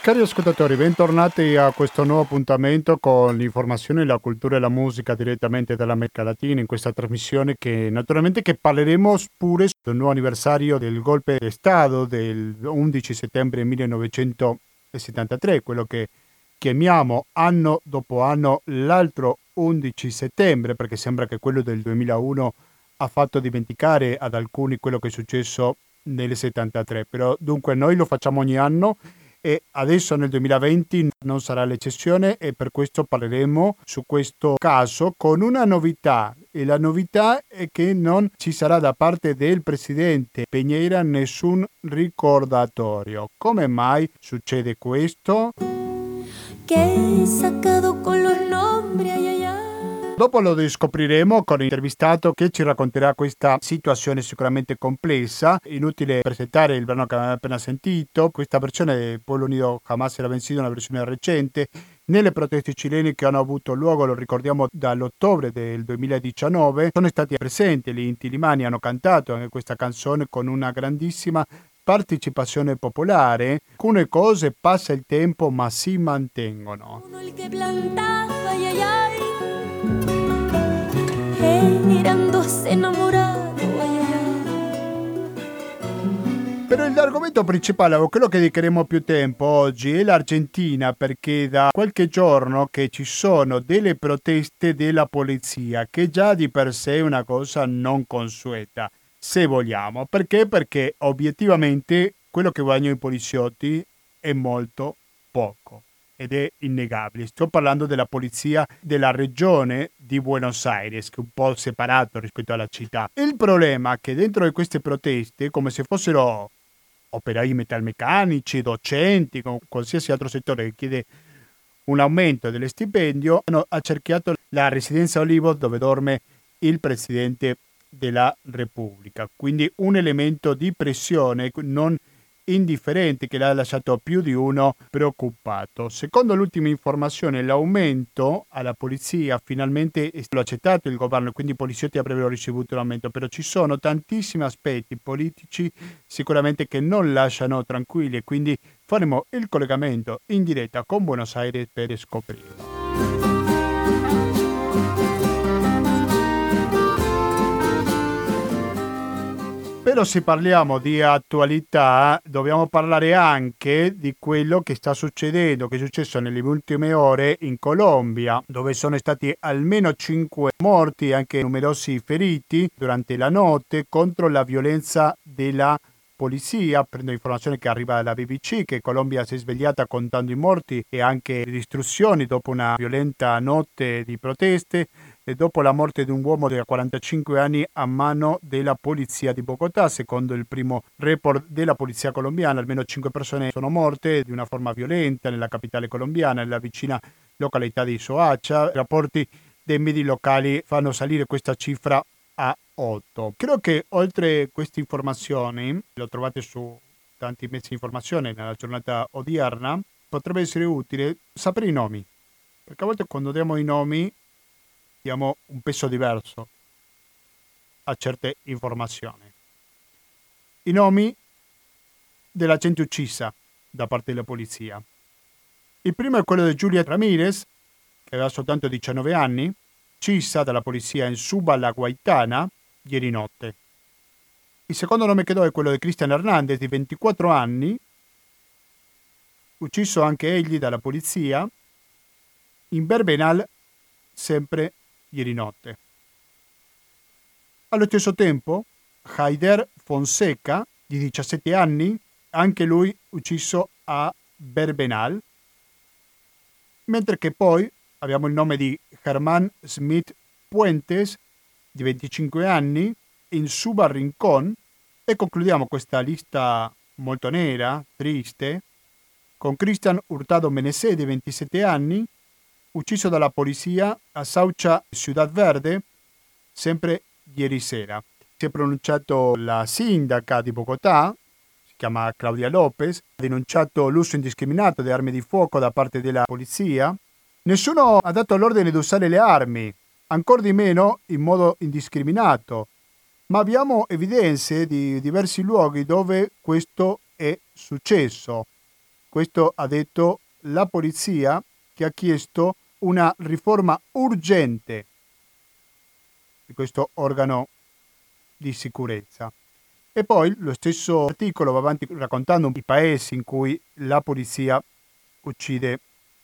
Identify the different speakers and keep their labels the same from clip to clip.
Speaker 1: Cari ascoltatori, bentornati a questo nuovo appuntamento con l'informazione, la cultura e la musica direttamente dall'America Latina in questa trasmissione che naturalmente che parleremo pure del nuovo anniversario del golpe di Stato del 11 settembre 1973, quello che chiamiamo anno dopo anno l'altro 11 settembre, perché sembra che quello del 2001 ha fatto dimenticare ad alcuni quello che è successo nel 73, però dunque noi lo facciamo ogni anno e adesso nel 2020 non sarà l'eccezione e per questo parleremo su questo caso con una novità e la novità è che non ci sarà da parte del presidente Piñera nessun ricordatorio. Come mai succede questo?
Speaker 2: Que he sacado con los nombres, ay, ay, ay.
Speaker 1: Dopo lo scopriremo con l'intervistato che ci racconterà questa situazione sicuramente complessa. Inutile presentare il brano che abbiamo appena sentito. Questa versione del Pueblo Unido Jamás Será Vencido è una versione recente. Nelle proteste cilene che hanno avuto luogo, lo ricordiamo, dall'ottobre del 2019, sono stati presenti. Gli Inti Illimani hanno cantato anche questa canzone con una grandissima partecipazione popolare. Alcune cose passa il tempo ma si mantengono.
Speaker 2: Uno el que plantaba, ay, ay, ay. Eran dos enamorados, ay, ay, ay.
Speaker 1: Però l'argomento principale, o quello che dedicheremo più tempo oggi, è l'Argentina, perché da qualche giorno che ci sono delle proteste della polizia, che già di per sé è una cosa non consueta, se vogliamo. Perché? Perché obiettivamente quello che guadagnano i poliziotti è molto poco. Ed è innegabile. Sto parlando della polizia della regione di Buenos Aires, che è un po' separato rispetto alla città. Il problema è che dentro di queste proteste, come se fossero operai metalmeccanici, docenti, con qualsiasi altro settore che chiede un aumento dello stipendio, hanno accerchiato la residenza Olivos dove dorme il presidente della Repubblica. Quindi un elemento di pressione non indifferente che l'ha lasciato più di uno preoccupato. Secondo l'ultima informazione, l'aumento alla polizia finalmente è stato accettato il governo e quindi i poliziotti avrebbero ricevuto l'aumento, però ci sono tantissimi aspetti politici sicuramente che non lasciano tranquilli e quindi faremo il collegamento in diretta con Buenos Aires per scoprirlo. Però se parliamo di attualità, dobbiamo parlare anche di quello che sta succedendo, che è successo nelle ultime ore in Colombia, dove sono stati almeno 5 morti e anche numerosi feriti durante la notte contro la violenza della polizia. Prendo informazione che arriva dalla BBC che Colombia si è svegliata contando i morti e anche le distruzioni dopo una violenta notte di proteste e dopo la morte di un uomo di 45 anni a mano della polizia di Bogotà. Secondo il primo report della polizia colombiana, almeno 5 persone sono morte di una forma violenta nella capitale colombiana, nella vicina località di Soacha. I rapporti dei media locali fanno salire questa cifra a 8. Credo che oltre queste informazioni, lo trovate su tanti mezzi di informazione nella giornata odierna, potrebbe essere utile sapere i nomi, perché a volte quando diamo i nomi diamo un peso diverso a certe informazioni. I nomi della gente uccisa da parte della polizia. Il primo è quello di Julia Ramirez, che aveva soltanto 19 anni, uccisa dalla polizia in Suba la Guaitana ieri notte. Il secondo nome che do è quello di Cristian Hernandez, di 24 anni, ucciso anche egli dalla polizia in Berbenal, sempre ieri notte. Allo stesso tempo, Haider Fonseca, di 17 anni, anche lui ucciso a Berbenal, mentre che poi abbiamo il nome di Germán Smith Puentes, di 25 anni, in Suba Rincón, e concludiamo questa lista molto nera, triste, con Cristian Hurtado Menezes, di 27 anni, ucciso dalla polizia a Saucha Ciudad Verde, sempre ieri sera. Si è pronunciato la sindaca di Bogotà, si chiama Claudia Lopez, ha denunciato l'uso indiscriminato di armi di fuoco da parte della polizia. Nessuno ha dato l'ordine di usare le armi, ancor di meno in modo indiscriminato, ma abbiamo evidenze di diversi luoghi dove questo è successo. Questo ha detto la polizia, che ha chiesto una riforma urgente di questo organo di sicurezza. E poi lo stesso articolo va avanti raccontando i paesi in cui la polizia uccide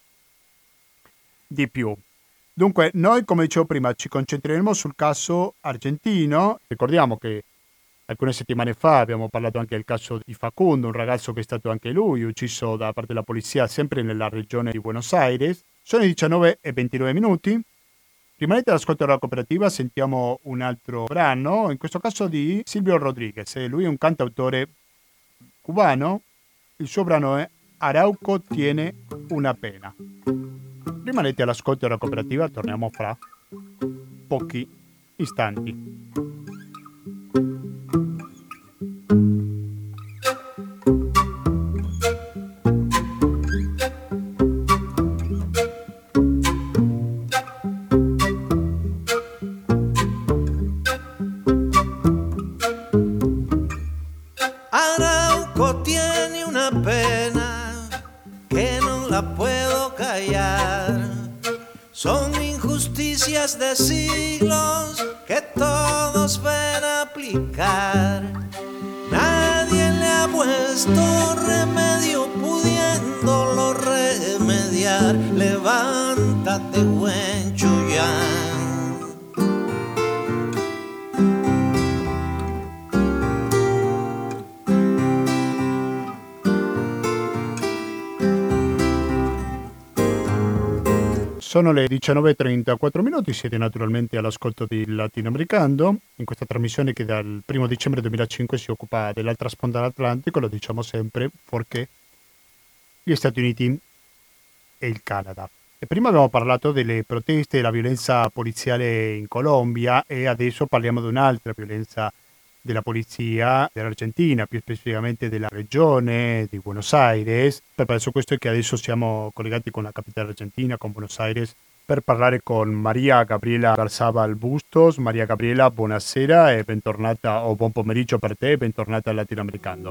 Speaker 1: di più. Dunque, noi, come dicevo prima, ci concentreremo sul caso argentino. Ricordiamo che alcune settimane fa abbiamo parlato anche del caso di Facundo, un ragazzo che è stato anche lui ucciso da parte della polizia sempre nella regione di Buenos Aires. Sono i 19:29. Rimanete all'ascolto della cooperativa, sentiamo un altro brano, in questo caso di Silvio Rodríguez. Lui è un cantautore cubano, il suo brano è Arauco tiene una pena. Rimanete all'ascolto della cooperativa, torniamo fra pochi istanti.
Speaker 3: Arauco tiene una pena que no la puedo callar. Son injusticias de siglos que todos ven a aplicar. Nadie le ha puesto remedio pudiéndolo remediar. Levántate, buen Chuyán.
Speaker 1: Sono le 19:34, siete naturalmente all'ascolto di Latinoamericano, in questa trasmissione che dal 1 dicembre 2005 si occupa dell'altra sponda dell'Atlantico, lo diciamo sempre, fuorché gli Stati Uniti e il Canada. E prima abbiamo parlato delle proteste e della violenza poliziale in Colombia e adesso parliamo di un'altra violenza della polizia dell'Argentina, più specificamente della regione di Buenos Aires. Per adesso questo è che adesso siamo collegati con la capitale argentina, con Buenos Aires, per parlare con Maria Gabriela Garzabal Bustos. Maria Gabriela, buonasera e bentornata, o buon pomeriggio per te e bentornata al Latinoamericano.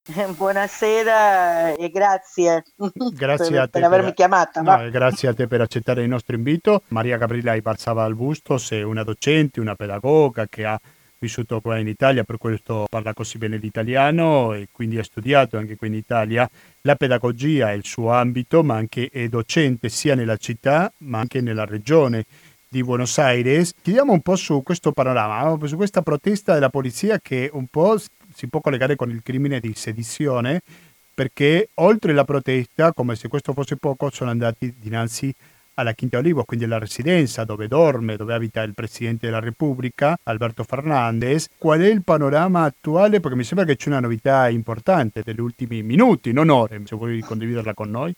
Speaker 4: Buonasera e grazie,
Speaker 1: Grazie a te
Speaker 4: per avermi chiamata.
Speaker 1: No, grazie a te per accettare il nostro invito. Maria Gabriela Garzabal Bustos è una docente, una pedagoga che ha vissuto qua in Italia, per questo parla così bene l'italiano e quindi ha studiato anche qui in Italia. La pedagogia è il suo ambito, ma anche è docente sia nella città ma anche nella regione di Buenos Aires. Chiediamo un po' su questo panorama, su questa protesta della polizia che un po' si può collegare con il crimine di sedizione, perché oltre la protesta, come se questo fosse poco, sono andati dinanzi alla Quinta Olivos, quindi alla residenza dove dorme, dove abita il Presidente della Repubblica, Alberto Fernández. Qual è il panorama attuale? Perché mi sembra che c'è una novità importante degli ultimi minuti, non ore, se vuoi condividerla con noi.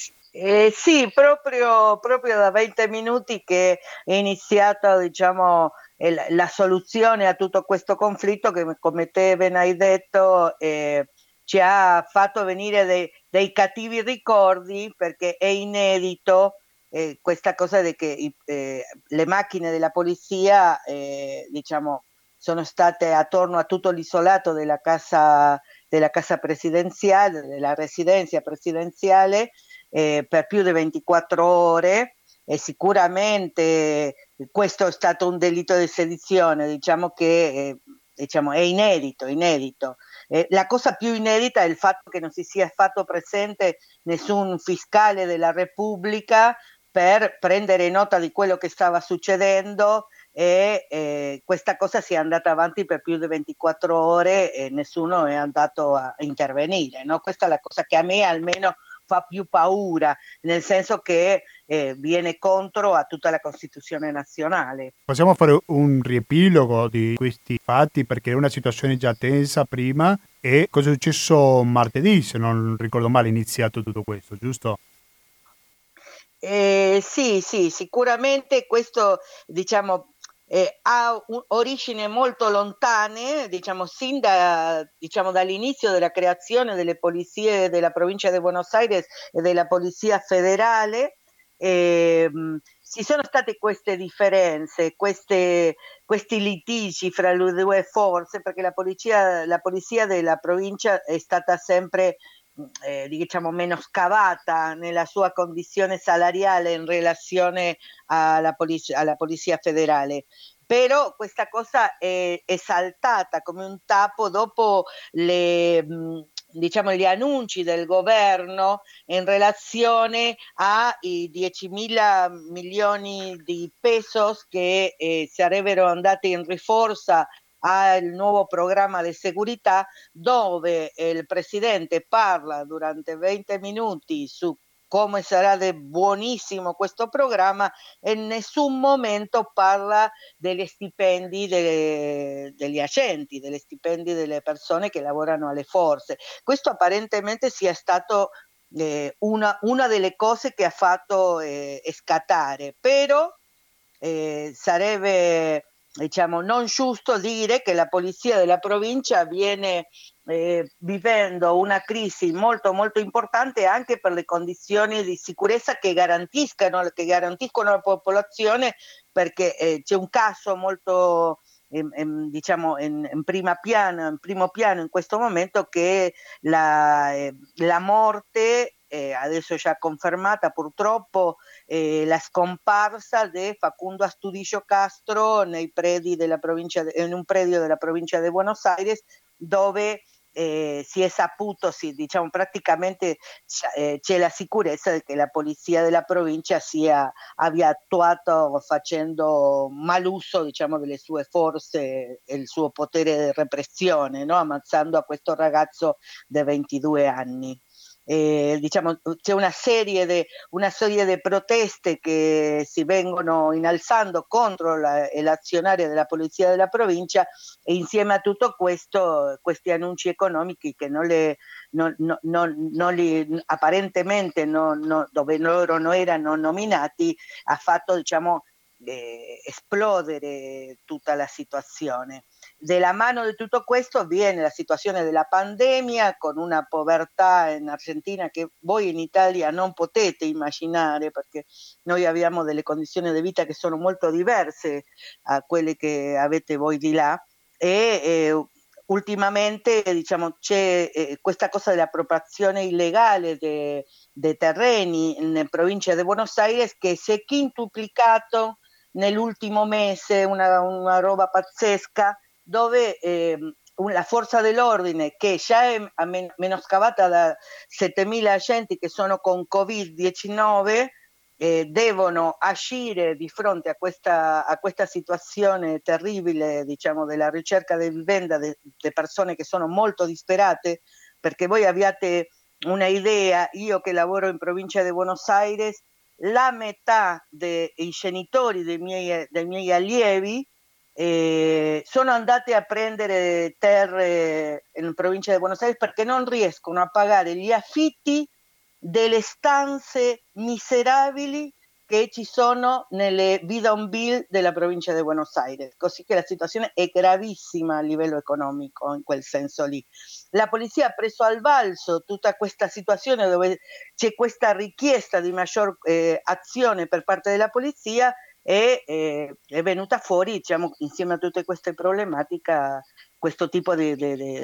Speaker 4: Sì, proprio da 20 minuti che è iniziata, diciamo, la soluzione a tutto questo conflitto che, come te ben hai detto, ci ha fatto venire dei cattivi ricordi, perché è inedito questa cosa di che le macchine della polizia, diciamo, sono state attorno a tutto l'isolato della casa presidenziale, della residenza presidenziale, per più di 24 ore, e sicuramente questo è stato un delitto di sedizione, diciamo che è inedito. La cosa più inedita è il fatto che non si sia fatto presente nessun fiscale della Repubblica per prendere nota di quello che stava succedendo, e questa cosa sia andata avanti per più di 24 ore e nessuno è andato a intervenire, no? Questa è la cosa che a me almeno fa più paura, nel senso che viene contro a tutta la Costituzione nazionale.
Speaker 1: Possiamo fare un riepilogo di questi fatti, perché è una situazione già tensa prima. E cosa è successo martedì, se non ricordo male, è iniziato tutto questo, giusto?
Speaker 4: Sì, sicuramente questo, diciamo, ha origini molto lontane, diciamo, dall'inizio della creazione delle polizie della provincia di Buenos Aires e della Polizia Federale. Ci sono state queste differenze, questi litigi fra le due forze, perché la polizia della provincia è stata sempre diciamo menoscabata nella sua condizione salariale in relazione alla Polizia Federale. Però questa cosa è saltata come un tappo dopo diciamo, gli annunci del governo in relazione ai 10.000 milioni di pesos che sarebbero andati in riforza al nuovo programma di segurità, dove il presidente parla durante 20 minuti su come sarà buonissimo questo programma e in nessun momento parla degli stipendi degli agenti, degli stipendi delle persone che lavorano alle forze. Questo apparentemente sia stato una delle cose che ha fatto scattare, però sarebbe, diciamo, non giusto dire che la polizia della provincia viene vivendo una crisi molto molto importante anche per le condizioni di sicurezza che garantiscono la popolazione, perché c'è un caso molto diciamo in primo piano in questo momento, che è la morte adesso già confermata purtroppo, la scomparsa di Facundo Astudillo Castro in un predio della provincia di Buenos Aires, dove si è saputo, diciamo praticamente c'è la sicurezza di che la polizia della provincia abbia attuato facendo maluso, diciamo, delle sue forze e il suo potere di repressione, no? Ammazzando a questo ragazzo di 22 anni. Diciamo, c'è una serie di proteste che si vengono innalzando contro l'azionaria della polizia della provincia, e insieme a tutto questo questi annunci economici che apparentemente dove loro non erano nominati, ha fatto, diciamo, esplodere tutta la situazione. Della mano di tutto questo viene la situazione della pandemia, con una povertà in Argentina che voi in Italia non potete immaginare, perché noi abbiamo delle condizioni di vita che sono molto diverse a quelle che avete voi di là, e ultimamente, diciamo, c'è questa cosa dell'appropriazione illegale dei terreni in provincia di Buenos Aires, che si è quintuplicato nell'ultimo mese, una roba pazzesca, dove la forza dell'ordine, che già è menoscabata da 7.000 agenti che sono con Covid-19, devono agire di fronte a questa situazione terribile, diciamo, della ricerca di vivenda di persone che sono molto disperate, perché voi abbiate una idea, io che lavoro in provincia di Buenos Aires, la metà dei genitori dei miei allievi sono andati a prendere terre in provincia di Buenos Aires perché non riescono a pagare gli affitti delle stanze miserabili che ci sono nelle bidonville della provincia di Buenos Aires, così che la situazione è gravissima a livello economico in quel senso lì. La polizia ha preso al balzo tutta questa situazione dove c'è questa richiesta di maggior azione per parte della polizia, e è venuta fuori, diciamo, insieme a tutte queste problematiche, questo tipo di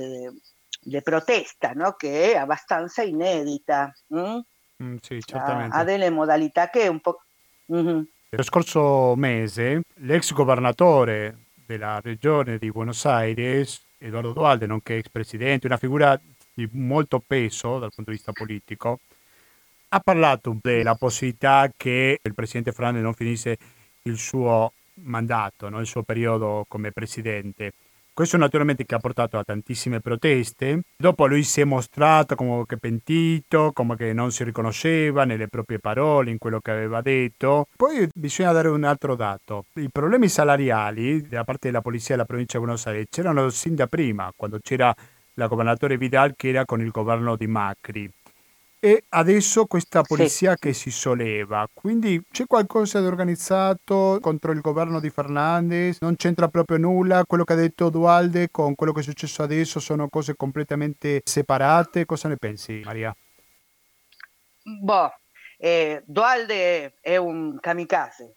Speaker 4: protesta, no? Che è abbastanza inedita.
Speaker 1: Sì,
Speaker 4: Ha
Speaker 1: certamente.
Speaker 4: delle modalità che un po'... Mhm.
Speaker 1: Lo scorso mese l'ex governatore della regione di Buenos Aires, Eduardo Dualde, nonché ex presidente, una figura di molto peso dal punto di vista politico, ha parlato della possibilità che il presidente Fernández non finisse il suo mandato, no? Il suo periodo come presidente. Questo naturalmente che ha portato a tantissime proteste. Dopo lui si è mostrato come che pentito, come che non si riconosceva nelle proprie parole, in quello che aveva detto. Poi bisogna dare un altro dato. I problemi salariali da parte della polizia della provincia di Buenos Aires c'erano sin da prima, quando c'era la governatore Vidal che era con il governo di Macri. E adesso questa
Speaker 4: Sì.
Speaker 1: polizia che si solleva, quindi c'è qualcosa di organizzato contro il governo di Fernandez? Non c'entra proprio nulla? Quello che ha detto Dualde con quello che è successo adesso sono cose completamente separate? Cosa ne pensi, Maria?
Speaker 4: Boh, Dualde è un kamikaze.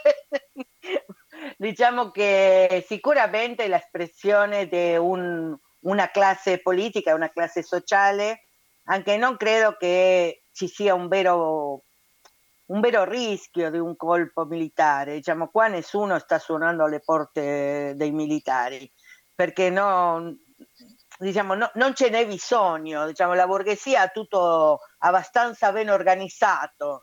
Speaker 4: Diciamo che sicuramente l'espressione di una classe politica, una classe sociale anche non credo che ci sia un vero rischio di un colpo militare. Diciamo, qua nessuno sta suonando alle porte dei militari, perché diciamo, non ce n'è bisogno. Diciamo, la borghesia ha tutto abbastanza ben organizzato.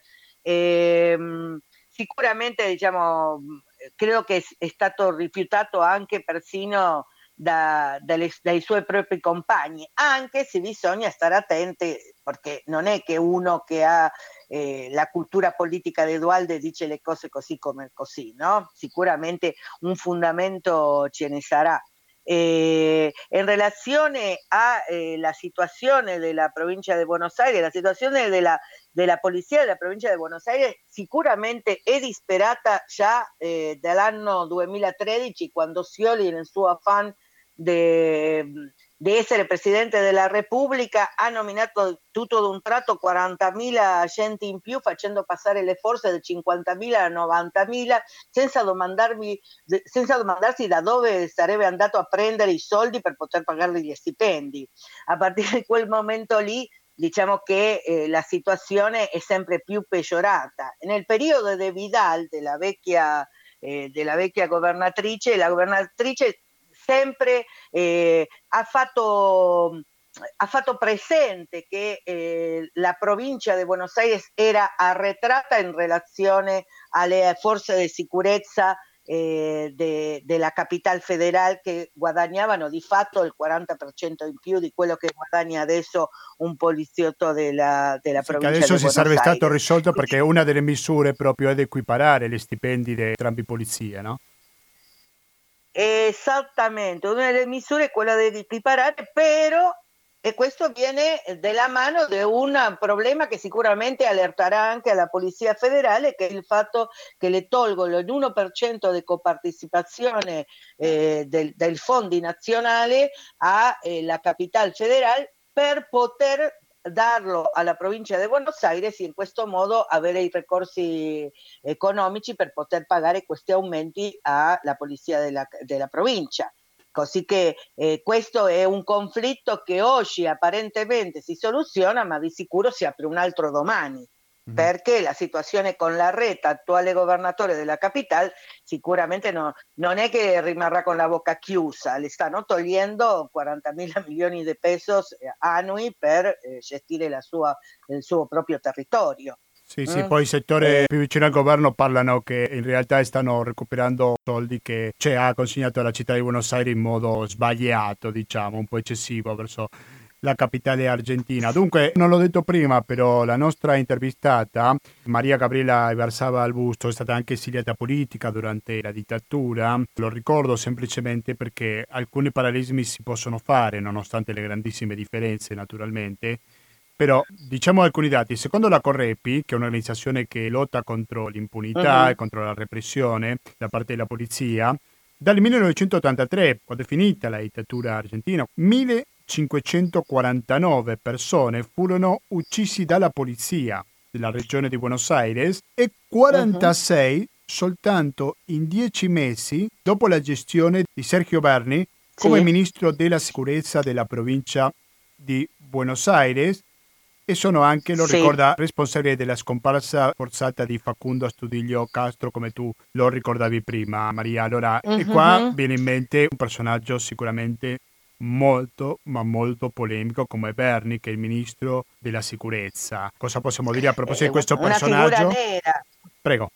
Speaker 4: Sicuramente, diciamo, credo che è stato rifiutato anche persino dai suoi propri compagni, anche se bisogna stare attenti, perché non è che uno che ha la cultura politica di Dualde dice le cose così come così, no? Sicuramente un fondamento ce ne sarà. In relazione alla situazione della provincia di Buenos Aires, la situazione della polizia della provincia di Buenos Aires sicuramente è disperata già dall'anno 2013, quando Scioli, nel suo affanno di essere Presidente della Repubblica, ha nominato tutto d'un tratto 40.000 agenti in più, facendo passare le forze da 50.000 a 90.000, senza domandarsi da dove sarebbe andato a prendere i soldi per poter pagargli gli stipendi. A partire di quel momento lì, diciamo che la situazione è sempre più peggiorata. Nel periodo di Vidal, della vecchia governatrice, la governatrice sempre ha fatto presente che la provincia di Buenos Aires era arretrata in relazione alle forze di sicurezza della capital federal, che guadagnavano di fatto il 40% in più di quello che guadagna adesso un poliziotto della
Speaker 1: Sì, che
Speaker 4: provincia
Speaker 1: adesso
Speaker 4: di
Speaker 1: si
Speaker 4: Buenos
Speaker 1: sarebbe stato
Speaker 4: Aires.
Speaker 1: risolto perché una delle misure proprio è di equiparare gli stipendi di entrambi polizie, no?
Speaker 4: Esattamente, una delle misure è quella di equiparare, però, e questo viene della mano di un problema che sicuramente allerterà anche alla Polizia Federale, che è il fatto che le tolgono l'1% di copartecipazione dei fondi nazionali alla capital federal, per poter darlo alla provincia di Buenos Aires e in questo modo avere i ricorsi economici per poter pagare questi aumenti alla polizia della provincia. Così che questo è un conflitto che oggi apparentemente si soluziona, ma di sicuro si apre un altro domani, perché la situazione con Larreta, attuale governatore della capitale, sicuramente non è che rimarrà con la bocca chiusa, le stanno togliendo 40.000 milioni di pesos annui per gestire il suo proprio territorio.
Speaker 1: Sì, poi il settore più vicino al governo parlano che in realtà stanno recuperando soldi che ha consegnato alla città di Buenos Aires in modo sbagliato, diciamo, un po' eccessivo verso la capitale argentina. Dunque, non l'ho detto prima, però la nostra intervistata, Maria Gabriela Ibarzabal Busto, è stata anche esiliata politica durante la dittatura. Lo ricordo semplicemente perché alcuni parallelismi si possono fare, nonostante le grandissime differenze, naturalmente. Però diciamo alcuni dati. Secondo la Correpi, che è un'organizzazione che lotta contro l'impunità e contro la repressione da parte della polizia, dal 1983, quando è finita la dittatura argentina, 1549 persone furono uccisi dalla polizia della regione di Buenos Aires e 46 soltanto in 10 mesi dopo la gestione di Sergio Berni come ministro della sicurezza della provincia di Buenos Aires. E sono anche, lo ricorda, responsabile della scomparsa forzata di Facundo Astudillo Castro, come tu lo ricordavi prima, Maria. Allora, e qua viene in mente un personaggio sicuramente molto, ma molto polemico, come Berni, che è il ministro della sicurezza. Cosa possiamo dire a proposito di questo personaggio?
Speaker 4: Una figura nera.
Speaker 1: Prego.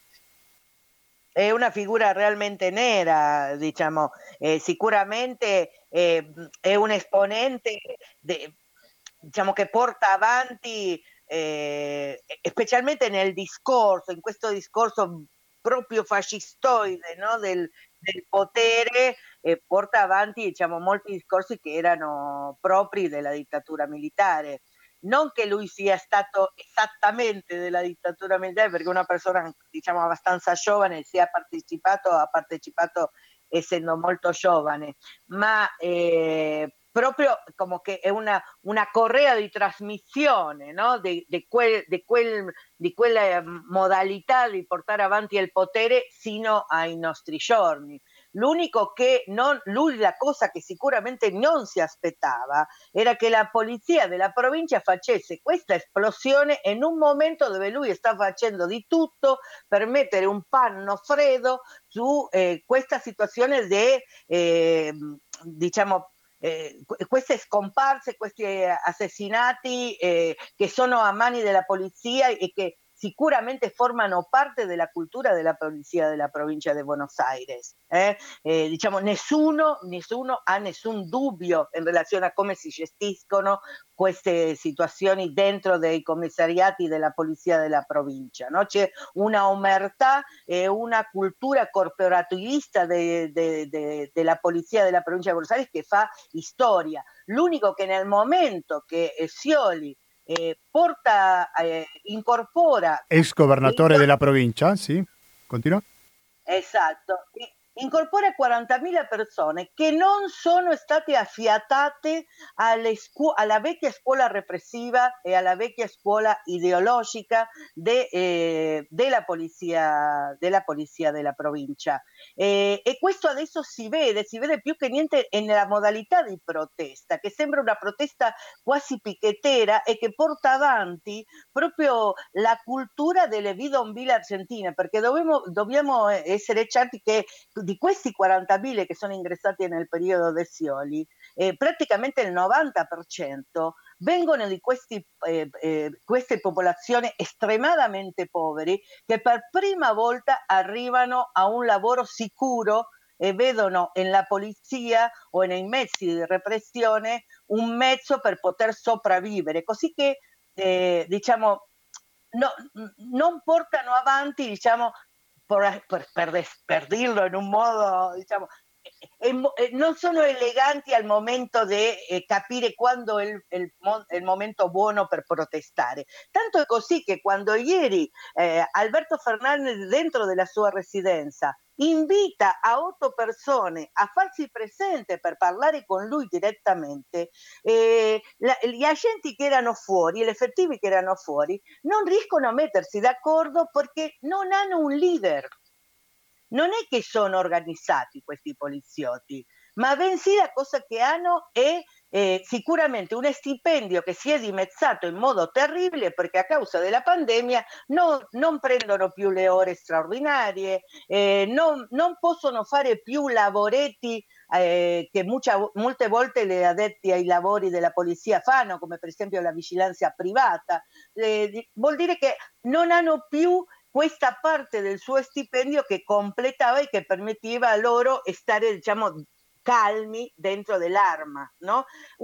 Speaker 4: È una figura realmente nera, diciamo, sicuramente è un esponente diciamo che porta avanti, specialmente nel discorso, in questo discorso proprio fascistoide, no? del potere, porta avanti, diciamo, molti discorsi che erano propri della dittatura militare. Non che lui sia stato esattamente della dittatura militare, perché una persona, diciamo, abbastanza giovane ha partecipato essendo molto giovane, ma proprio come che è una correa di trasmissione, no? di quella modalità di portare avanti il potere sino ai nostri giorni. L'unico che lui la cosa che sicuramente non si aspettava era che la polizia della provincia facesse questa esplosione in un momento dove lui sta facendo di tutto per mettere un panno freddo su questa situazione di, diciamo, queste scomparse, questi assassinati che sono a mani della polizia e che sicuramente formano parte della cultura della polizia della provincia di Buenos Aires. Diciamo, nessuno ha nessun dubbio in relazione a come si gestiscono queste situazioni dentro dei commissariati della polizia della provincia, no? C'è una omertà e una cultura corporativista della polizia della provincia di Buenos Aires che fa storia. L'unico che nel momento che Scioli incorpora...
Speaker 1: Ex governatore della provincia, sì, continua.
Speaker 4: Esatto, incorpora 40.000 persone che non sono state affiatate alla vecchia scuola repressiva e alla vecchia scuola ideologica della polizia della provincia. E questo adesso si vede più che niente nella modalità di protesta, che sembra una protesta quasi picchettera e che porta avanti proprio la cultura delle bidonville argentine, perché dobbiamo essere certi che di questi 40.000 che sono ingressati nel periodo de Scioli, praticamente il 90% vengono di queste popolazioni estremamente poveri che per prima volta arrivano a un lavoro sicuro e vedono nella polizia o nei mezzi di repressione un mezzo per poter sopravvivere, così che diciamo non portano avanti, diciamo, per dirlo in un modo, diciamo, non sono eleganti al momento di capire quando è il momento buono per protestare. Tanto è così che quando ieri Alberto Fernández dentro della sua residenza invita a 8 persone a farsi presente per parlare con lui direttamente, gli agenti che erano fuori, gli effettivi che erano fuori, non riescono a mettersi d'accordo perché non hanno un leader. Non è che sono organizzati questi poliziotti, ma bensì la cosa che hanno è sicuramente un stipendio che si è dimezzato in modo terribile perché a causa della pandemia non prendono più le ore straordinarie, non possono fare più lavoretti che molte volte le addetti ai lavori della polizia fanno, come per esempio la vigilanza privata. Vuol dire che non hanno più questa parte del suo stipendio che completava e che permetteva loro stare, diciamo, calmi dentro dell'arma, no?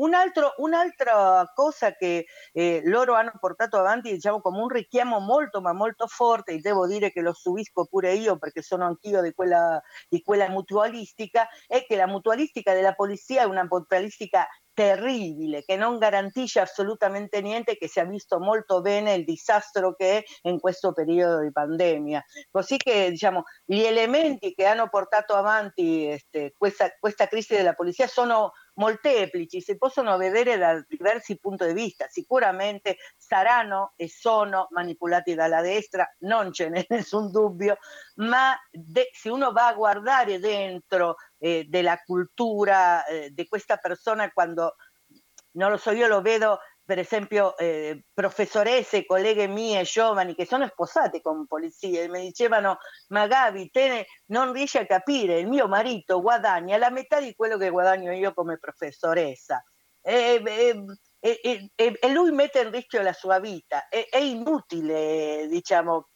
Speaker 4: Un'altra cosa che loro hanno portato avanti, diciamo, come un richiamo molto ma molto forte, e devo dire che lo subisco pure io perché sono anch'io di quella mutualistica, è che la mutualistica della polizia è una mutualistica terribile, che non garantisce assolutamente niente, che si è visto molto bene il disastro che è in questo periodo di pandemia. Così che, diciamo, gli elementi che hanno portato avanti questa crisi della polizia sono molteplici, si possono vedere da diversi punti di vista. Sicuramente saranno e sono manipolati dalla destra, non ce n'è nessun dubbio, ma se uno va a guardare dentro della cultura di questa persona, quando, non lo so, io lo vedo per esempio professoresse, colleghe mie giovani che sono sposate con polizie e mi dicevano: ma Gabi, te non riesci a capire, il mio marito guadagna la metà di quello che guadagno io come professoressa e lui mette in rischio la sua vita. È inutile, diciamo,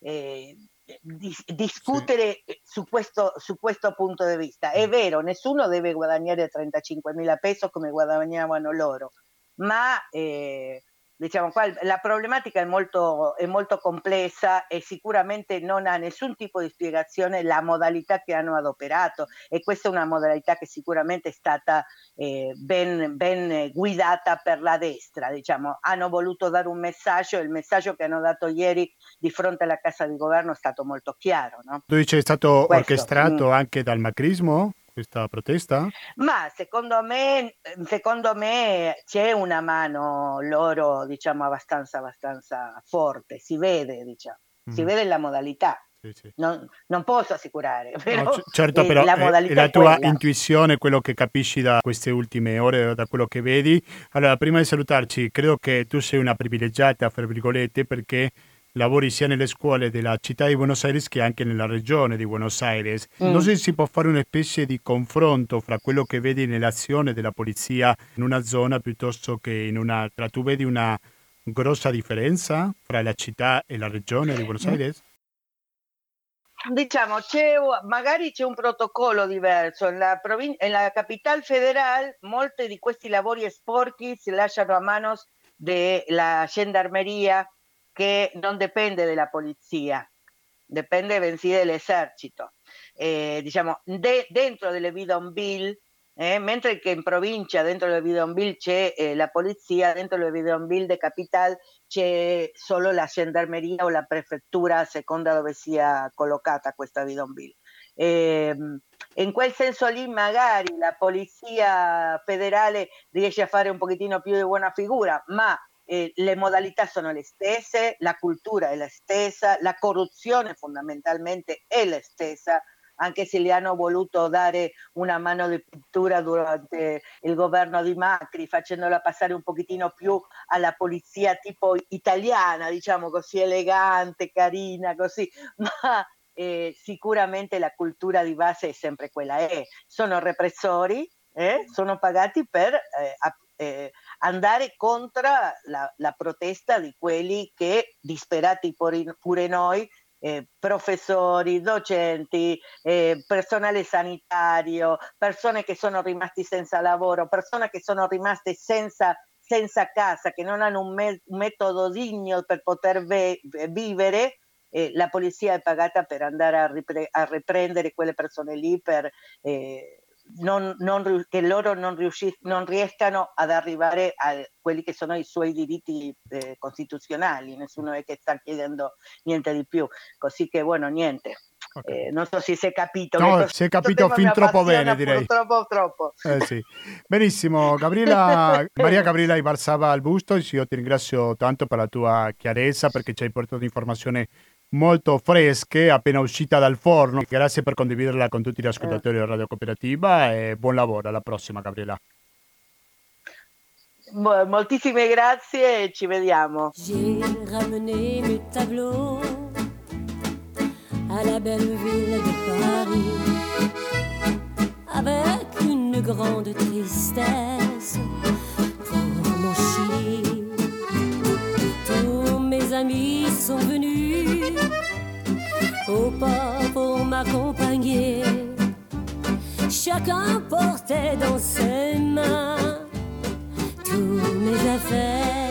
Speaker 4: discutere su questo punto di vista. È vero, nessuno deve guadagnare 35.000 pesos come guadagnavano loro, ma diciamo qua la problematica è molto complessa e sicuramente non ha nessun tipo di spiegazione la modalità che hanno adoperato, e questa è una modalità che sicuramente è stata ben guidata per la destra. Diciamo, hanno voluto dare un messaggio, e il messaggio che hanno dato ieri di fronte alla Casa di Governo è stato molto chiaro, no?
Speaker 1: Tu dici è stato orchestrato anche dal macrismo questa protesta?
Speaker 4: Ma secondo me c'è una mano loro, diciamo, abbastanza forte, si vede, diciamo, si vede la modalità.
Speaker 1: sì, sì.
Speaker 4: Non posso assicurare,
Speaker 1: No,
Speaker 4: però
Speaker 1: certo, però
Speaker 4: la
Speaker 1: è
Speaker 4: modalità
Speaker 1: la
Speaker 4: è
Speaker 1: tua
Speaker 4: quella.
Speaker 1: intuizione, quello che capisci da queste ultime ore, da quello che vedi. Allora, prima di salutarci, credo che tu sei una privilegiata, fra virgolette, perché lavori sia nelle scuole della città di Buenos Aires che anche nella regione di Buenos Aires. Non
Speaker 4: Mm.
Speaker 1: so se si può fare una specie di confronto fra quello che vedi nell'azione della polizia in una zona piuttosto che in un'altra. Tu vedi una grossa differenza fra la città e la regione di Buenos Aires?
Speaker 4: Diciamo, magari c'è un protocollo diverso. En la capital federal, molti di questi lavori sporchi si lasciano a manos della gendarmeria, che non dipende dalla polizia, dipende bensì dall'esercito. Diciamo, dentro delle bidonville, mentre che in provincia, dentro delle bidonville c'è la polizia, dentro delle bidonville de capital c'è solo la gendarmeria o la prefettura a seconda dove sia collocata questa bidonville. In quel senso lì magari la polizia federale riesce a fare un pochettino più di buona figura, ma le modalità sono le stesse, la cultura è la stessa, la corruzione fondamentalmente è la stessa, anche se le hanno voluto dare una mano di pittura durante il governo di Macri, facendola passare un pochettino più alla polizia tipo italiana, diciamo così, elegante, carina, così, ma sicuramente la cultura di base è sempre quella, sono repressori, sono pagati per andare contro la protesta di quelli che, disperati pure noi, professori, docenti, personale sanitario, persone che sono rimasti senza lavoro, persone che sono rimaste senza casa, che non hanno un metodo digno per poter vivere. La polizia è pagata per andare a riprendere quelle persone lì per che loro non riescano ad arrivare a quelli che sono i suoi diritti costituzionali. Nessuno è che sta chiedendo niente di più, così che bueno, niente.
Speaker 1: Ho capito.
Speaker 4: Non so se si è capito che
Speaker 1: No, si è
Speaker 4: questo
Speaker 1: capito
Speaker 4: tema mi
Speaker 1: fin troppo bene,
Speaker 4: appassiona
Speaker 1: direi.
Speaker 4: purtroppo troppo.
Speaker 1: Sì. Benissimo, Gabriela, Maria Gabriela Ibarzaba Bustos, io ti ringrazio tanto per la tua chiarezza perché ci hai portato informazioni molto fresche, appena uscita dal forno. Grazie per condividerla con tutti gli ascoltatori della Radio Cooperativa e buon lavoro. Alla prossima, Gabriela.
Speaker 4: Moltissime grazie e ci vediamo.
Speaker 2: J'ai ramené mes tableaux à la belle ville de Paris avec une grande tristesse pour mon Chili. Tous mes amis sont venus au port pour m'accompagner. Chacun portait dans ses mains tous mes affaires.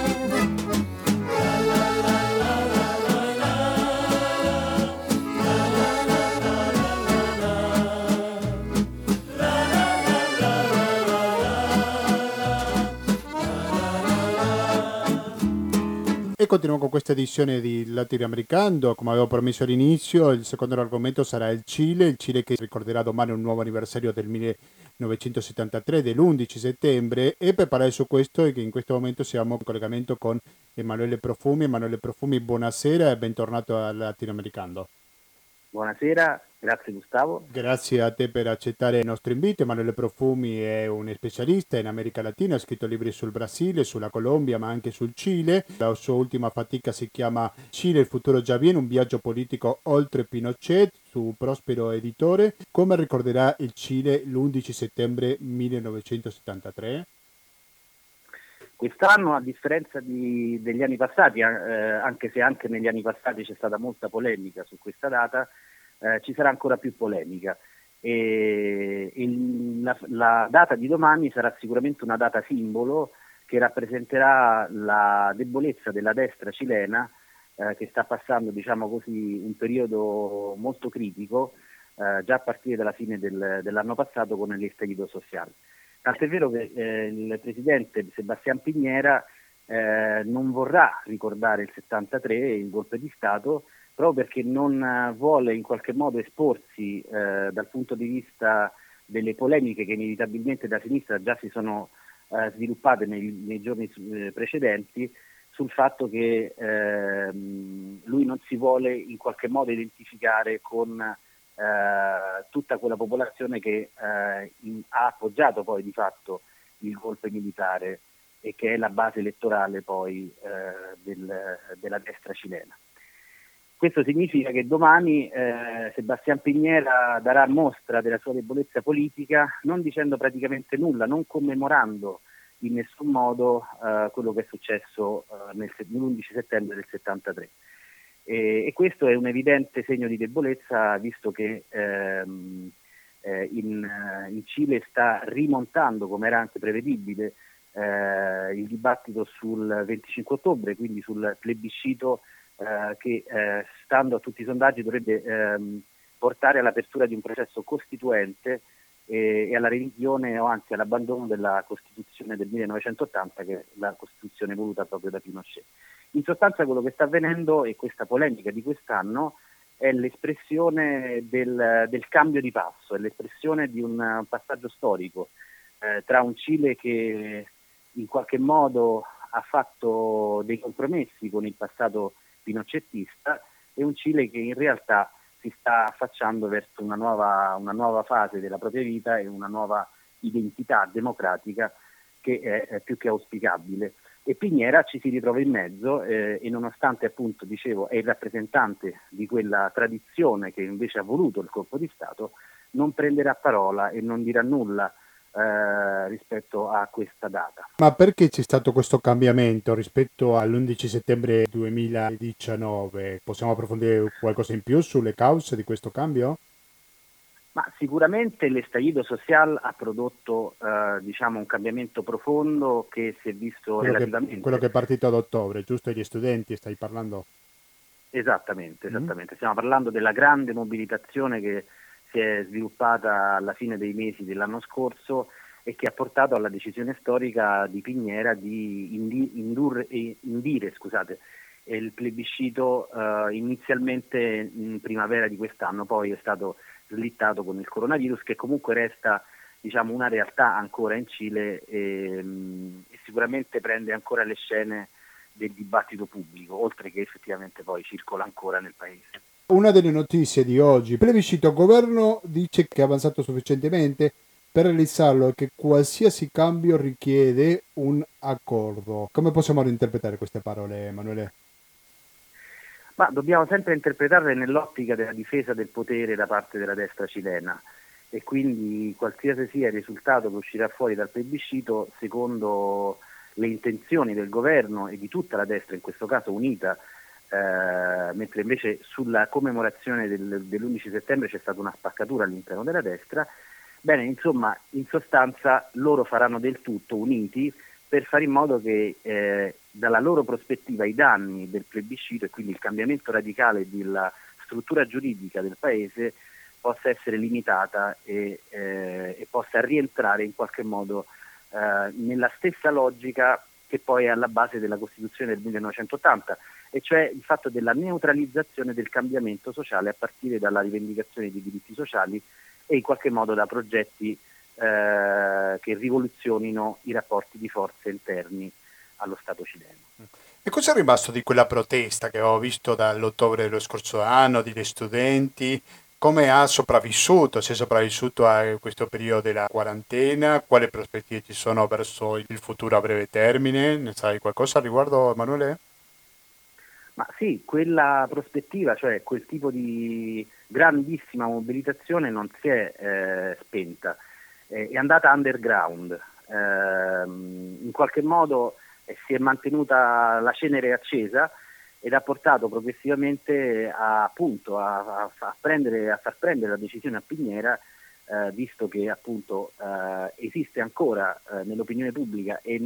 Speaker 1: E continuiamo con questa edizione di Latinoamericano. Come avevo promesso all'inizio, il secondo argomento sarà il Cile che ricorderà domani un nuovo anniversario del 1973, dell'11 settembre, e per parlare su questo e che in questo momento siamo in collegamento con Emanuele Profumi. Emanuele Profumi, buonasera e bentornato al Latinoamericano.
Speaker 5: Buonasera, grazie Gustavo.
Speaker 1: Grazie a te per accettare il nostro invito. Emanuele Profumi è un specialista in America Latina, ha scritto libri sul Brasile, sulla Colombia, ma anche sul Cile. La sua ultima fatica si chiama Cile, il futuro già viene, un viaggio politico oltre Pinochet, su Prospero Editore. Come ricorderà il Cile l'11 settembre 1973?
Speaker 5: Quest'anno, a differenza degli anni passati, anche se anche negli anni passati c'è stata molta polemica su questa data, ci sarà ancora più polemica. La data di domani sarà sicuramente una data simbolo che rappresenterà la debolezza della destra cilena, che sta passando, diciamo così, un periodo molto critico, già a partire dalla fine dell'anno passato con l'estallido sociale. Tant'è vero che il presidente Sebastián Piñera non vorrà ricordare il 73, il golpe di Stato, proprio perché non vuole in qualche modo esporsi dal punto di vista delle polemiche che inevitabilmente da sinistra già si sono sviluppate nei giorni precedenti sul fatto che lui non si vuole in qualche modo identificare con tutta quella popolazione che ha appoggiato poi di fatto il golpe militare e che è la base elettorale poi della destra cilena. Questo significa che domani Sebastián Piñera darà mostra della sua debolezza politica, non dicendo praticamente nulla, non commemorando in nessun modo quello che è successo l'11 settembre del 73. E questo è un evidente segno di debolezza, visto che in Cile sta rimontando, come era anche prevedibile, il dibattito sul 25 ottobre, quindi sul plebiscito che stando a tutti i sondaggi dovrebbe portare all'apertura di un processo costituente e alla revisione o anzi all'abbandono della Costituzione del 1980, che è la Costituzione voluta proprio da Pinochet. In sostanza quello che sta avvenendo, e questa polemica di quest'anno, è l'espressione del cambio di passo, è l'espressione di un passaggio storico tra un Cile che in qualche modo ha fatto dei compromessi con il passato pinochettista e un Cile che in realtà si sta affacciando verso una nuova fase della propria vita e una nuova identità democratica che è più che auspicabile. E Piñera ci si ritrova in mezzo e nonostante appunto, dicevo, è il rappresentante di quella tradizione che invece ha voluto il colpo di Stato, non prenderà parola e non dirà nulla rispetto a questa data.
Speaker 1: Ma perché c'è stato questo cambiamento rispetto all'11 settembre 2019? Possiamo approfondire qualcosa in più sulle cause di questo cambio?
Speaker 5: Ma sicuramente l'estallido social ha prodotto un cambiamento profondo che si è visto relativamente.
Speaker 1: Quello che è partito ad ottobre, giusto? Gli studenti stai parlando?
Speaker 5: Esattamente. Stiamo parlando della grande mobilitazione che si è sviluppata alla fine dei mesi dell'anno scorso e che ha portato alla decisione storica di Piñera di indire il plebiscito inizialmente in primavera di quest'anno, poi è stato slittato con il coronavirus, che comunque resta una realtà ancora in Cile e sicuramente prende ancora le scene del dibattito pubblico, oltre che effettivamente poi circola ancora nel paese.
Speaker 1: Una delle notizie di oggi: il plebiscito, governo dice che è avanzato sufficientemente per realizzarlo e che qualsiasi cambio richiede un accordo. Come possiamo interpretare queste parole, Emanuele?
Speaker 5: Ma dobbiamo sempre interpretarle nell'ottica della difesa del potere da parte della destra cilena e quindi qualsiasi sia il risultato che uscirà fuori dal plebiscito, secondo le intenzioni del governo e di tutta la destra, in questo caso unita, mentre invece sulla commemorazione dell'11 settembre c'è stata una spaccatura all'interno della destra, bene, insomma, in sostanza loro faranno del tutto uniti per fare in modo che dalla loro prospettiva i danni del plebiscito e quindi il cambiamento radicale della struttura giuridica del paese possa essere limitata e possa rientrare in qualche modo nella stessa logica che poi è alla base della Costituzione del 1980, e cioè il fatto della neutralizzazione del cambiamento sociale a partire dalla rivendicazione di diritti sociali e in qualche modo da progetti che rivoluzionino i rapporti di forza interni allo Stato cileno.
Speaker 1: E cosa è rimasto di quella protesta che ho visto dall'ottobre dello scorso anno, degli studenti? Come ha sopravvissuto? Si è sopravvissuto a questo periodo della quarantena? Quali prospettive ci sono verso il futuro a breve termine? Ne sai qualcosa al riguardo, Emanuele?
Speaker 5: Ma sì, quella prospettiva, cioè quel tipo di grandissima mobilitazione non si è spenta, è andata underground, in qualche modo si è mantenuta la cenere accesa ed ha portato progressivamente a far prendere la decisione a Piñera, visto che appunto esiste ancora nell'opinione pubblica e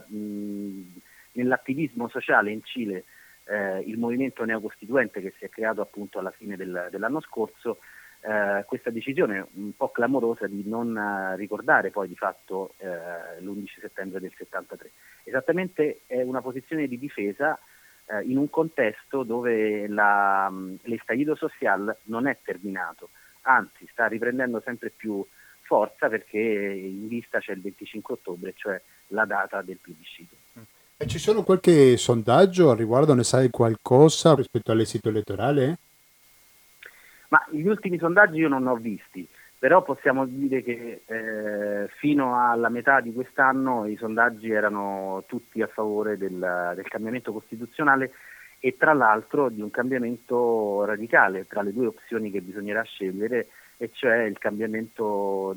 Speaker 5: nell'attivismo sociale in Cile il movimento neocostituente che si è creato appunto alla fine dell'anno scorso, questa decisione un po' clamorosa di non ricordare poi di fatto l'11 settembre del 73. Esattamente è una posizione di difesa in un contesto dove l'estallido social non è terminato, anzi sta riprendendo sempre più forza perché in vista c'è il 25 ottobre, cioè la data del plebiscito.
Speaker 1: E ci sono qualche sondaggio al riguardo? Ne sai qualcosa rispetto all'esito elettorale?
Speaker 5: Ma gli ultimi sondaggi io non ne ho visti, però possiamo dire che fino alla metà di quest'anno i sondaggi erano tutti a favore del cambiamento costituzionale e tra l'altro di un cambiamento radicale tra le due opzioni che bisognerà scegliere, e cioè il cambiamento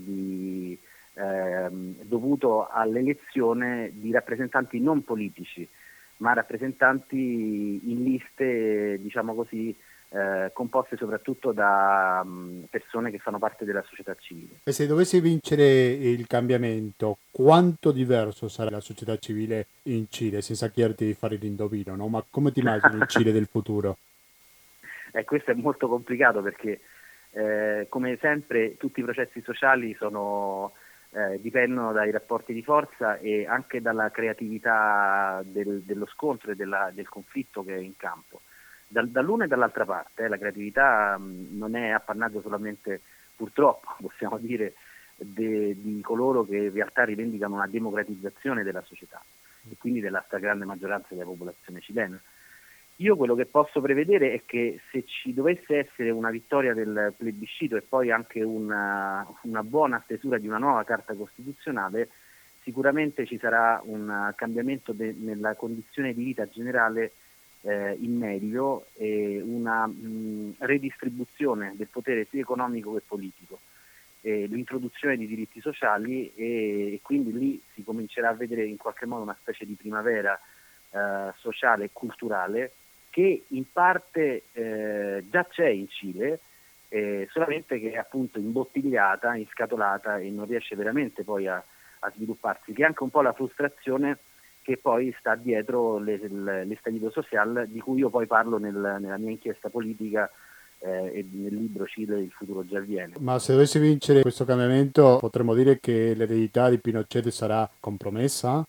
Speaker 5: dovuto all'elezione di rappresentanti non politici, ma rappresentanti in liste, diciamo così, composte soprattutto da persone che fanno parte della società civile.
Speaker 1: E se dovessi vincere il cambiamento, quanto diverso sarà la società civile in Cile, senza chiederti di fare l'indovino, no? Ma come ti immagini il Cile del futuro?
Speaker 5: Questo è molto complicato perché, come sempre, tutti i processi sociali dipendono dai rapporti di forza e anche dalla creatività dello scontro e del conflitto che è in campo. Dall'una e dall'altra parte, la creatività non è appannaggio solamente, purtroppo, possiamo dire, di coloro che in realtà rivendicano una democratizzazione della società e quindi della stragrande maggioranza della popolazione cilena. Io quello che posso prevedere è che se ci dovesse essere una vittoria del plebiscito e poi anche una buona stesura di una nuova Carta Costituzionale, sicuramente ci sarà un cambiamento nella condizione di vita generale in meglio e una redistribuzione del potere sia economico che politico, l'introduzione di diritti sociali e quindi lì si comincerà a vedere in qualche modo una specie di primavera sociale e culturale che in parte già c'è in Cile, solamente che è appunto imbottigliata, inscatolata e non riesce veramente poi a svilupparsi, che è anche un po' la frustrazione che poi sta dietro l'estallido social, di cui io poi parlo nella mia inchiesta politica e nel libro Cile, il futuro già avviene.
Speaker 1: Ma se dovessi vincere questo cambiamento, potremmo dire che l'eredità di Pinochet sarà compromessa?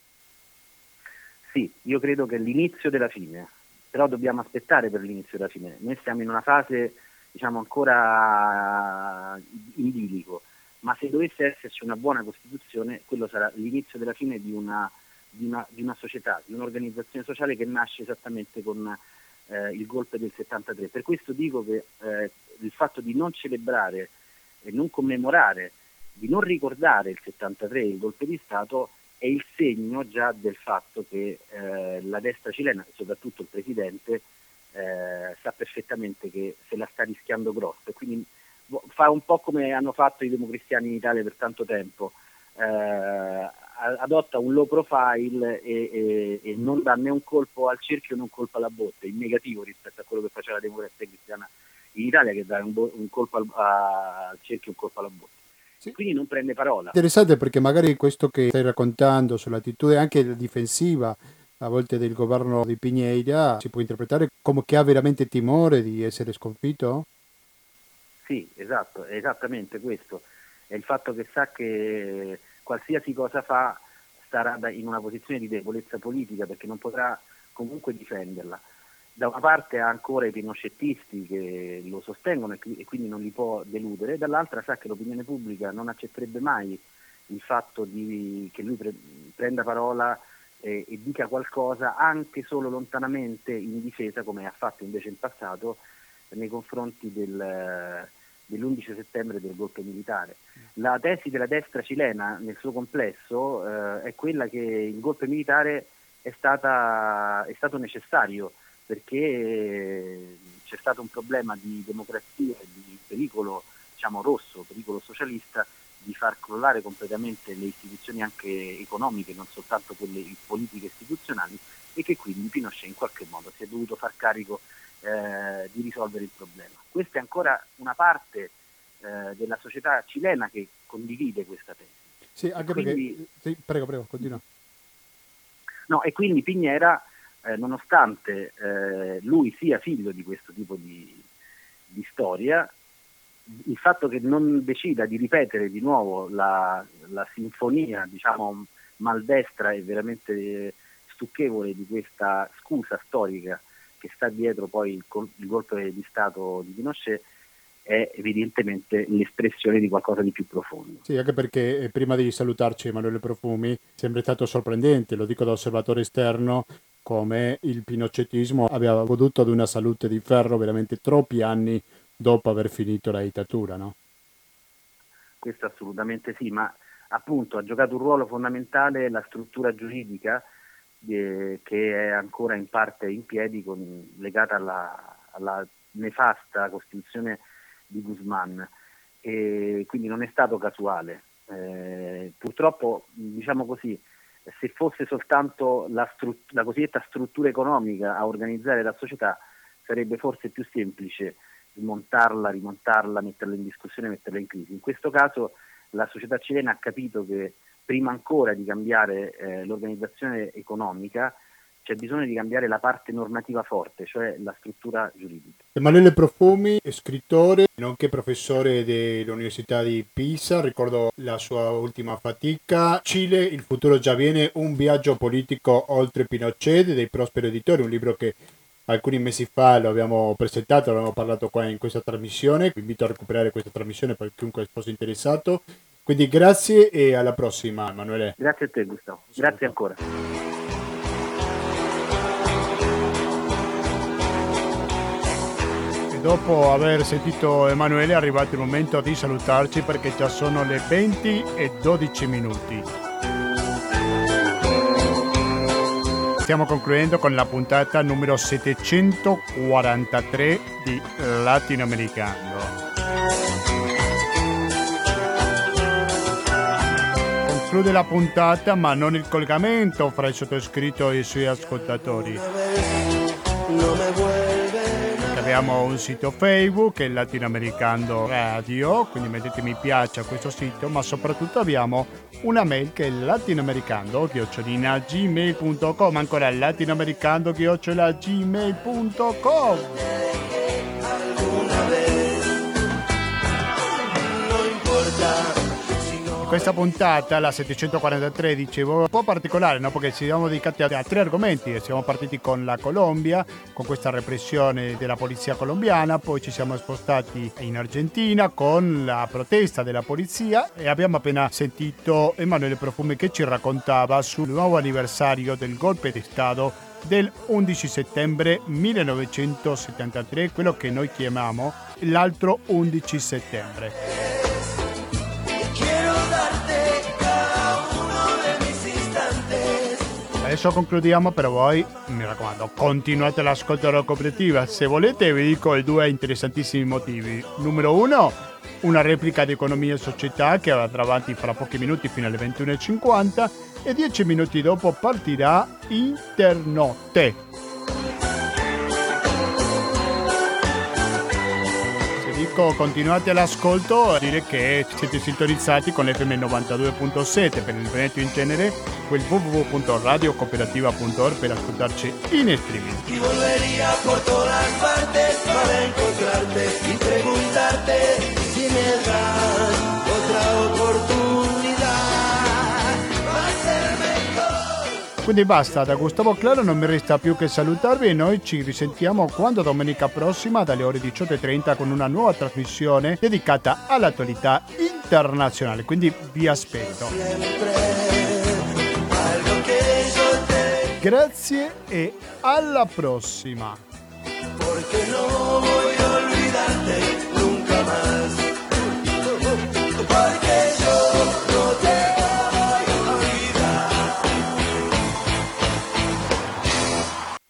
Speaker 5: Sì, io credo che è l'inizio della fine, però dobbiamo aspettare per l'inizio della fine. Noi stiamo in una fase, diciamo, ancora in bilico, ma se dovesse esserci una buona Costituzione, quello sarà l'inizio della fine di una società, di un'organizzazione sociale che nasce esattamente con il golpe del 73. Per questo dico che il fatto di non celebrare e non commemorare, di non ricordare il 73, il golpe di Stato, è il segno già del fatto che la destra cilena, e soprattutto il presidente, sa perfettamente che se la sta rischiando grosso, e quindi fa un po' come hanno fatto i democristiani in Italia per tanto tempo, adotta un low profile e non dà né un colpo al cerchio né un colpo alla botte, in negativo rispetto a quello che faceva la democrazia cristiana in Italia, che dà un colpo al cerchio e un colpo alla botte.
Speaker 1: Sì.
Speaker 5: Quindi non prende parola.
Speaker 1: Interessante perché magari questo che stai raccontando sull'attitudine anche difensiva a volte del governo di Piñera si può interpretare come che ha veramente timore di essere sconfitto?
Speaker 5: Sì, esatto, è esattamente questo. È il fatto che sa che qualsiasi cosa fa starà in una posizione di debolezza politica perché non potrà comunque difenderla. Da una parte ha ancora i pinochettisti che lo sostengono e quindi non li può deludere, dall'altra sa che l'opinione pubblica non accetterebbe mai il fatto che lui prenda parola e dica qualcosa anche solo lontanamente in difesa, come ha fatto invece in passato nei confronti dell'11 settembre del golpe militare. La tesi della destra cilena nel suo complesso è quella che il golpe militare è stato necessario perché c'è stato un problema di democrazia e di pericolo, diciamo rosso, pericolo socialista, di far crollare completamente le istituzioni anche economiche, non soltanto quelle politiche e istituzionali, e che quindi Pinochet in qualche modo si è dovuto far carico di risolvere il problema. Questa è ancora una parte della società cilena che condivide questa tesi.
Speaker 1: Sì, anche quindi, perché... Sì, prego, continua.
Speaker 5: No, e quindi Piñera, nonostante lui sia figlio di questo tipo di storia, il fatto che non decida di ripetere di nuovo la sinfonia, diciamo, maldestra e veramente stucchevole di questa scusa storica che sta dietro poi il golpe di Stato di Pinochet, è evidentemente l'espressione di qualcosa di più profondo.
Speaker 1: Sì, anche perché prima di salutarci Emanuele Profumi, sembra stato sorprendente, lo dico da osservatore esterno, come il pinochettismo abbia goduto ad una salute di ferro veramente troppi anni dopo aver finito la dittatura, no?
Speaker 5: Questo assolutamente sì, ma appunto ha giocato un ruolo fondamentale la struttura giuridica che è ancora in parte in piedi, legata alla nefasta Costituzione di Guzman, e quindi non è stato casuale. Purtroppo, diciamo così, se fosse soltanto la cosiddetta struttura economica a organizzare la società, sarebbe forse più semplice smontarla, rimontarla, metterla in discussione, metterla in crisi. In questo caso la società cilena ha capito che prima ancora di cambiare l'organizzazione economica c'è bisogno di cambiare la parte normativa forte, cioè la struttura giuridica.
Speaker 1: Emanuele Profumi è scrittore, nonché professore dell'Università di Pisa, ricordo la sua ultima fatica, Cile, il futuro già viene, un viaggio politico oltre Pinochet, dei Prospero Editori, un libro che alcuni mesi fa lo abbiamo presentato, l'abbiamo parlato qua in questa trasmissione, vi invito a recuperare questa trasmissione per chiunque fosse interessato. Quindi grazie e alla prossima, Emanuele.
Speaker 5: Grazie a te, Gustavo. Grazie ancora.
Speaker 1: Dopo aver sentito Emanuele è arrivato il momento di salutarci perché già sono le 20:12. Stiamo concludendo con la puntata numero 743 di Latinoamericano. Conclude la puntata ma non il collegamento fra il sottoscritto e i suoi ascoltatori. Abbiamo un sito Facebook che è Latinoamericano Radio, quindi mettete mi piace a questo sito, ma soprattutto abbiamo una mail che è latinoamericando@gmail.com, ancora latinoamericando@gmail.com. Questa puntata, la 743, dicevo, un po' particolare, no? Perché ci siamo dedicati a 3 argomenti. Siamo partiti con la Colombia, con questa repressione della polizia colombiana, poi ci siamo spostati in Argentina con la protesta della polizia e abbiamo appena sentito Emanuele Profumi che ci raccontava sul nuovo anniversario del golpe di Stato del 11 settembre 1973, quello che noi chiamiamo l'altro 11 settembre. Adesso concludiamo, però voi, mi raccomando, continuate l'ascolto della cooperativa. Se volete vi dico i 2 interessantissimi motivi. Numero 1, una replica di Economia e Società che andrà avanti fra pochi minuti fino alle 21:50 e 10 minuti dopo partirà Internotte. Continuate l'ascolto, a dire che siete sintonizzati con l'FM 92.7 per il Veneto in genere, quel www.radiocooperativa.org per ascoltarci in streaming.
Speaker 3: Y volvería por todas partes para encontrarte y preguntarte si me das otra oportunidad. Va a ser mejor.
Speaker 1: Quindi basta, da Gustavo Claro non mi resta più che salutarvi e noi ci risentiamo quando domenica prossima dalle ore 18:30 con una nuova trasmissione dedicata all'attualità internazionale, quindi vi aspetto. Grazie e alla prossima!